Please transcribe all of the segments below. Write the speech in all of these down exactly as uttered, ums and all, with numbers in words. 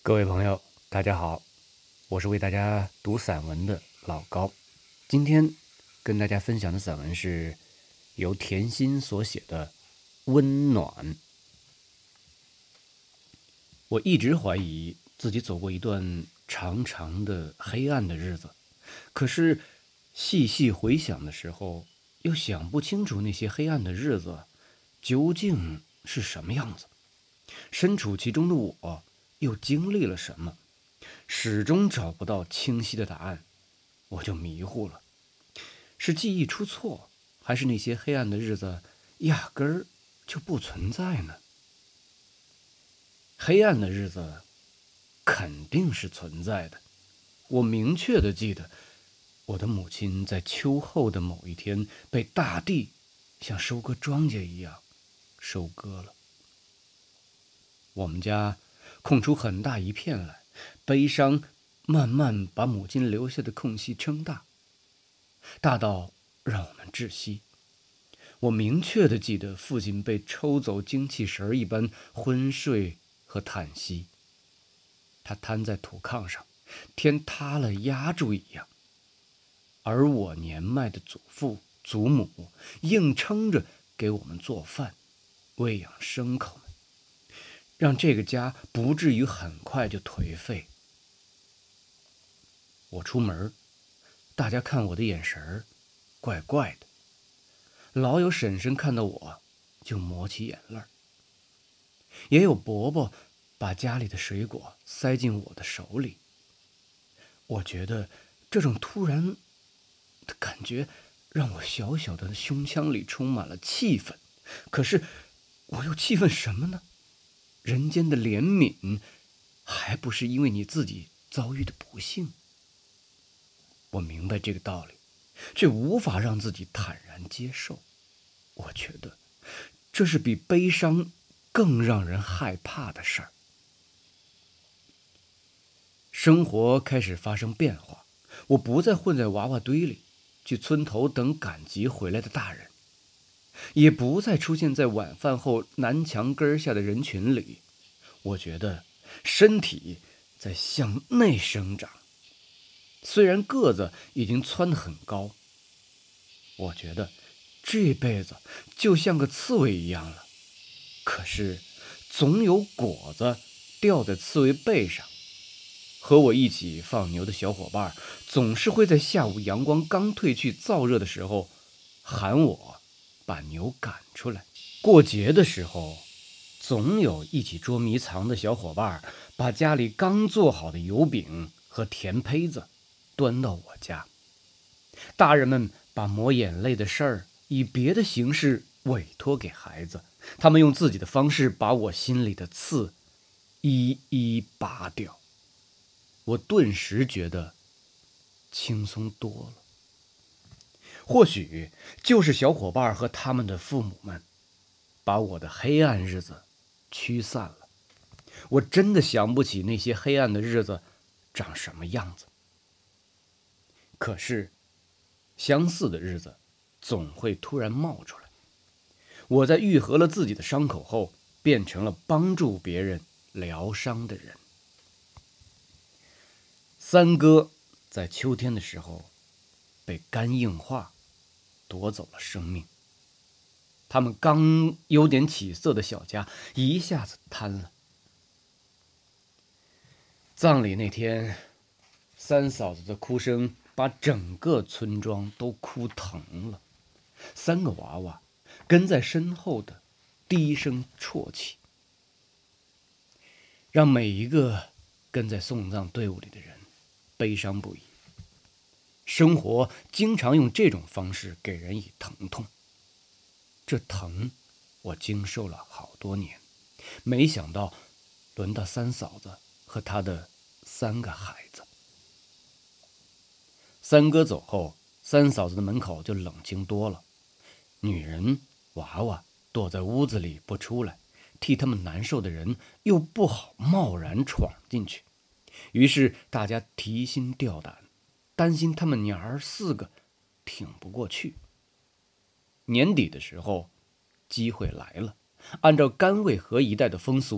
各位朋友，大家好，我是为大家读散文的老高。今天跟大家分享的散文是由田心所写的《温暖》。我一直怀疑自己走过一段长长的黑暗的日子，可是细细回想的时候，又想不清楚那些黑暗的日子究竟是什么样子。身处其中的我又经历了什么，始终找不到清晰的答案，我就迷糊了。是记忆出错，还是那些黑暗的日子压根儿就不存在呢？黑暗的日子肯定是存在的。我明确地记得，我的母亲在秋后的某一天被大地像收割庄稼一样收割了。我们家空出很大一片来，悲伤慢慢把母亲留下的空隙撑大，大到让我们窒息。我明确地记得父亲被抽走精气神一般昏睡和叹息，他瘫在土炕上，天塌了压住一样，而我年迈的祖父祖母硬撑着给我们做饭，喂养牲口们，让这个家不至于很快就颓废。我出门，大家看我的眼神怪怪的，老有婶婶看到我就抹起眼泪，也有伯伯把家里的水果塞进我的手里。我觉得这种突然的感觉让我小小的胸腔里充满了气愤，可是我又气愤什么呢？人间的怜悯还不是因为你自己遭遇的不幸。我明白这个道理，却无法让自己坦然接受。我觉得这是比悲伤更让人害怕的事儿。生活开始发生变化，我不再混在娃娃堆里，去村头等赶集回来的大人，也不再出现在晚饭后南墙根下的人群里。我觉得身体在向内生长，虽然个子已经蹿得很高，我觉得这辈子就像个刺猬一样了。可是总有果子掉在刺猬背上。和我一起放牛的小伙伴总是会在下午阳光刚褪去燥热的时候喊我把牛赶出来。过节的时候，总有一起捉迷藏的小伙伴把家里刚做好的油饼和甜胚子端到我家。大人们把抹眼泪的事儿以别的形式委托给孩子，他们用自己的方式把我心里的刺一一拔掉。我顿时觉得轻松多了。或许就是小伙伴和他们的父母们把我的黑暗日子驱散了。我真的想不起那些黑暗的日子长什么样子。可是相似的日子总会突然冒出来。我在愈合了自己的伤口后，变成了帮助别人疗伤的人。三哥在秋天的时候被肝硬化夺走了生命，他们刚有点起色的小家一下子瘫了。葬礼那天，三嫂子的哭声把整个村庄都哭疼了。三个娃娃跟在身后的低声啜泣，让每一个跟在送葬队伍里的人悲伤不已。生活经常用这种方式给人以疼痛，这疼我经受了好多年，没想到轮到三嫂子和她的三个孩子。三哥走后，三嫂子的门口就冷清多了，女人娃娃躲在屋子里不出来，替他们难受的人又不好贸然闯进去，于是大家提心吊胆，担心他们娘儿四个挺不过去。年底的时候，机会来了，按照甘渭河一带的风俗，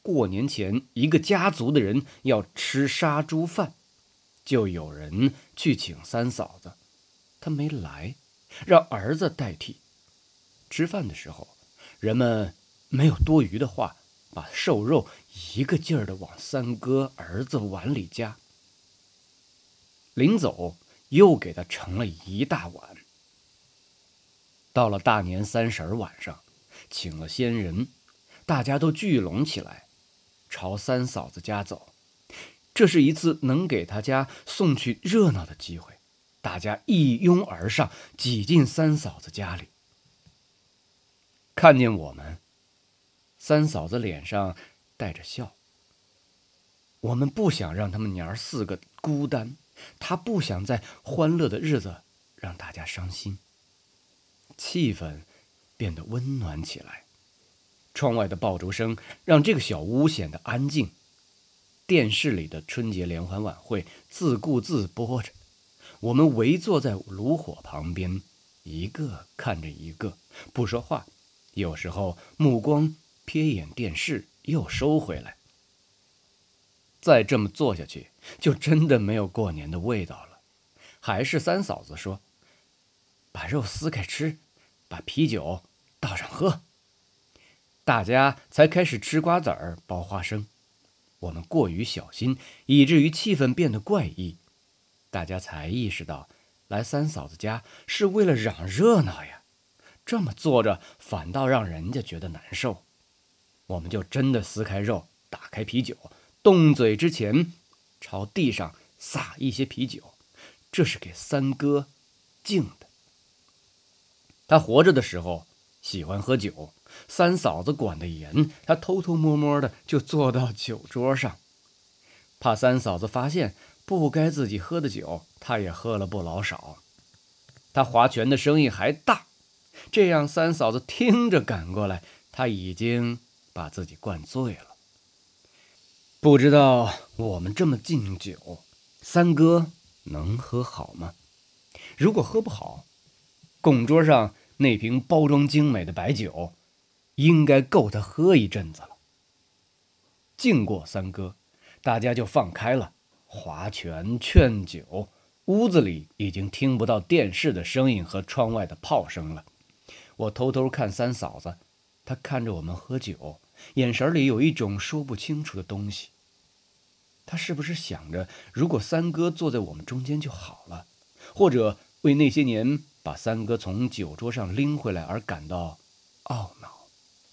过年前一个家族的人要吃杀猪饭，就有人去请三嫂子，她没来，让儿子代替。吃饭的时候，人们没有多余的话，把瘦肉一个劲儿地往三哥儿子碗里夹。临走又给他盛了一大碗。到了大年三十晚上，请了先人，大家都聚拢起来，朝三嫂子家走。这是一次能给他家送去热闹的机会，大家一拥而上，挤进三嫂子家里。看见我们，三嫂子脸上带着笑。我们不想让他们娘儿四个孤单，她不想在欢乐的日子让大家伤心。气氛变得温暖起来，窗外的爆竹声让这个小屋显得安静。电视里的春节联欢晚会自顾自播着，我们围坐在炉火旁边，一个看着一个，不说话，有时候目光瞥眼电视又收回来。再这么做下去，就真的没有过年的味道了。还是三嫂子说，把肉撕开吃，把啤酒倒上喝。大家才开始吃瓜子儿、剥花生。我们过于小心，以至于气氛变得怪异。大家才意识到，来三嫂子家是为了嚷热闹呀。这么做着，反倒让人家觉得难受。我们就真的撕开肉，打开啤酒，动嘴之前朝地上撒一些啤酒，这是给三哥敬的。他活着的时候喜欢喝酒，三嫂子管得严，他偷偷摸摸的就坐到酒桌上，怕三嫂子发现不该自己喝的酒，他也喝了不老少。他划拳的声音还大，这样三嫂子听着赶过来，他已经把自己灌醉了。不知道我们这么敬酒，三哥能喝好吗？如果喝不好，供桌上那瓶包装精美的白酒应该够他喝一阵子了。敬过三哥，大家就放开了，划拳劝酒。屋子里已经听不到电视的声音和窗外的炮声了。我偷偷看三嫂子，她看着我们喝酒，眼神里有一种说不清楚的东西。她是不是想着，如果三哥坐在我们中间就好了，或者为那些年把三哥从酒桌上拎回来而感到懊恼？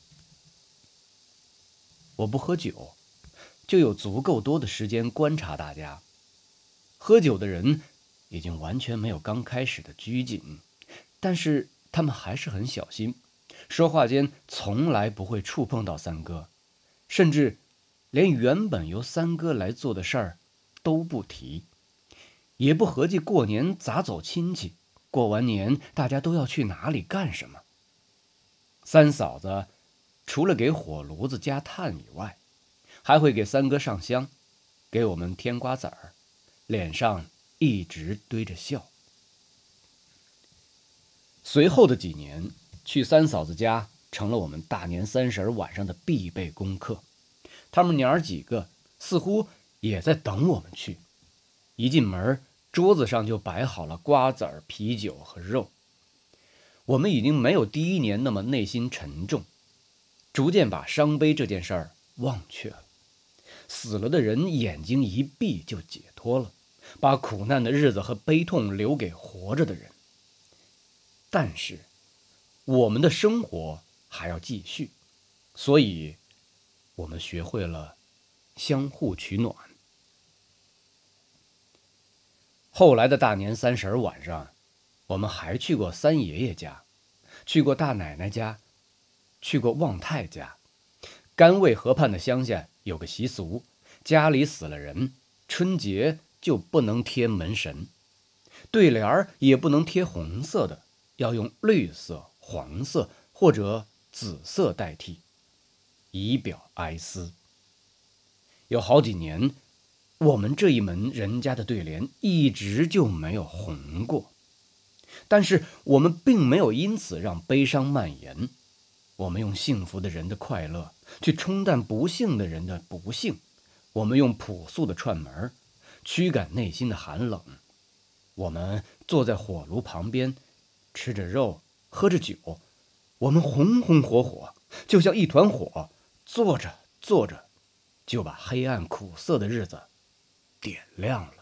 我不喝酒，就有足够多的时间观察大家。喝酒的人已经完全没有刚开始的拘谨，但是他们还是很小心，说话间从来不会触碰到三哥，甚至连原本由三哥来做的事儿都不提，也不合计过年咋走亲戚，过完年大家都要去哪里干什么。三嫂子除了给火炉子加炭以外，还会给三哥上香，给我们添瓜子儿，脸上一直堆着笑。随后的几年，去三嫂子家成了我们大年三十晚上的必备功课。他们娘儿几个似乎也在等我们去。一进门，桌子上就摆好了瓜子儿、啤酒和肉。我们已经没有第一年那么内心沉重，逐渐把伤悲这件事儿忘却了。死了的人眼睛一闭就解脱了，把苦难的日子和悲痛留给活着的人。但是我们的生活还要继续，所以我们学会了相互取暖。后来的大年三十晚上，我们还去过三爷爷家，去过大奶奶家，去过旺太家。甘渭河畔的乡下有个习俗，家里死了人，春节就不能贴门神，对联儿也不能贴红色的，要用绿色、黄色或者紫色代替，以表哀思。有好几年，我们这一门人家的对联一直就没有红过，但是我们并没有因此让悲伤蔓延。 我们用幸福的人的快乐去冲淡不幸的人的不幸，我们用朴素的串门驱赶内心的寒冷。我们坐在火炉旁边，吃着肉，喝着酒，我们红红火火，就像一团火，做着做着，就把黑暗苦涩的日子点亮了。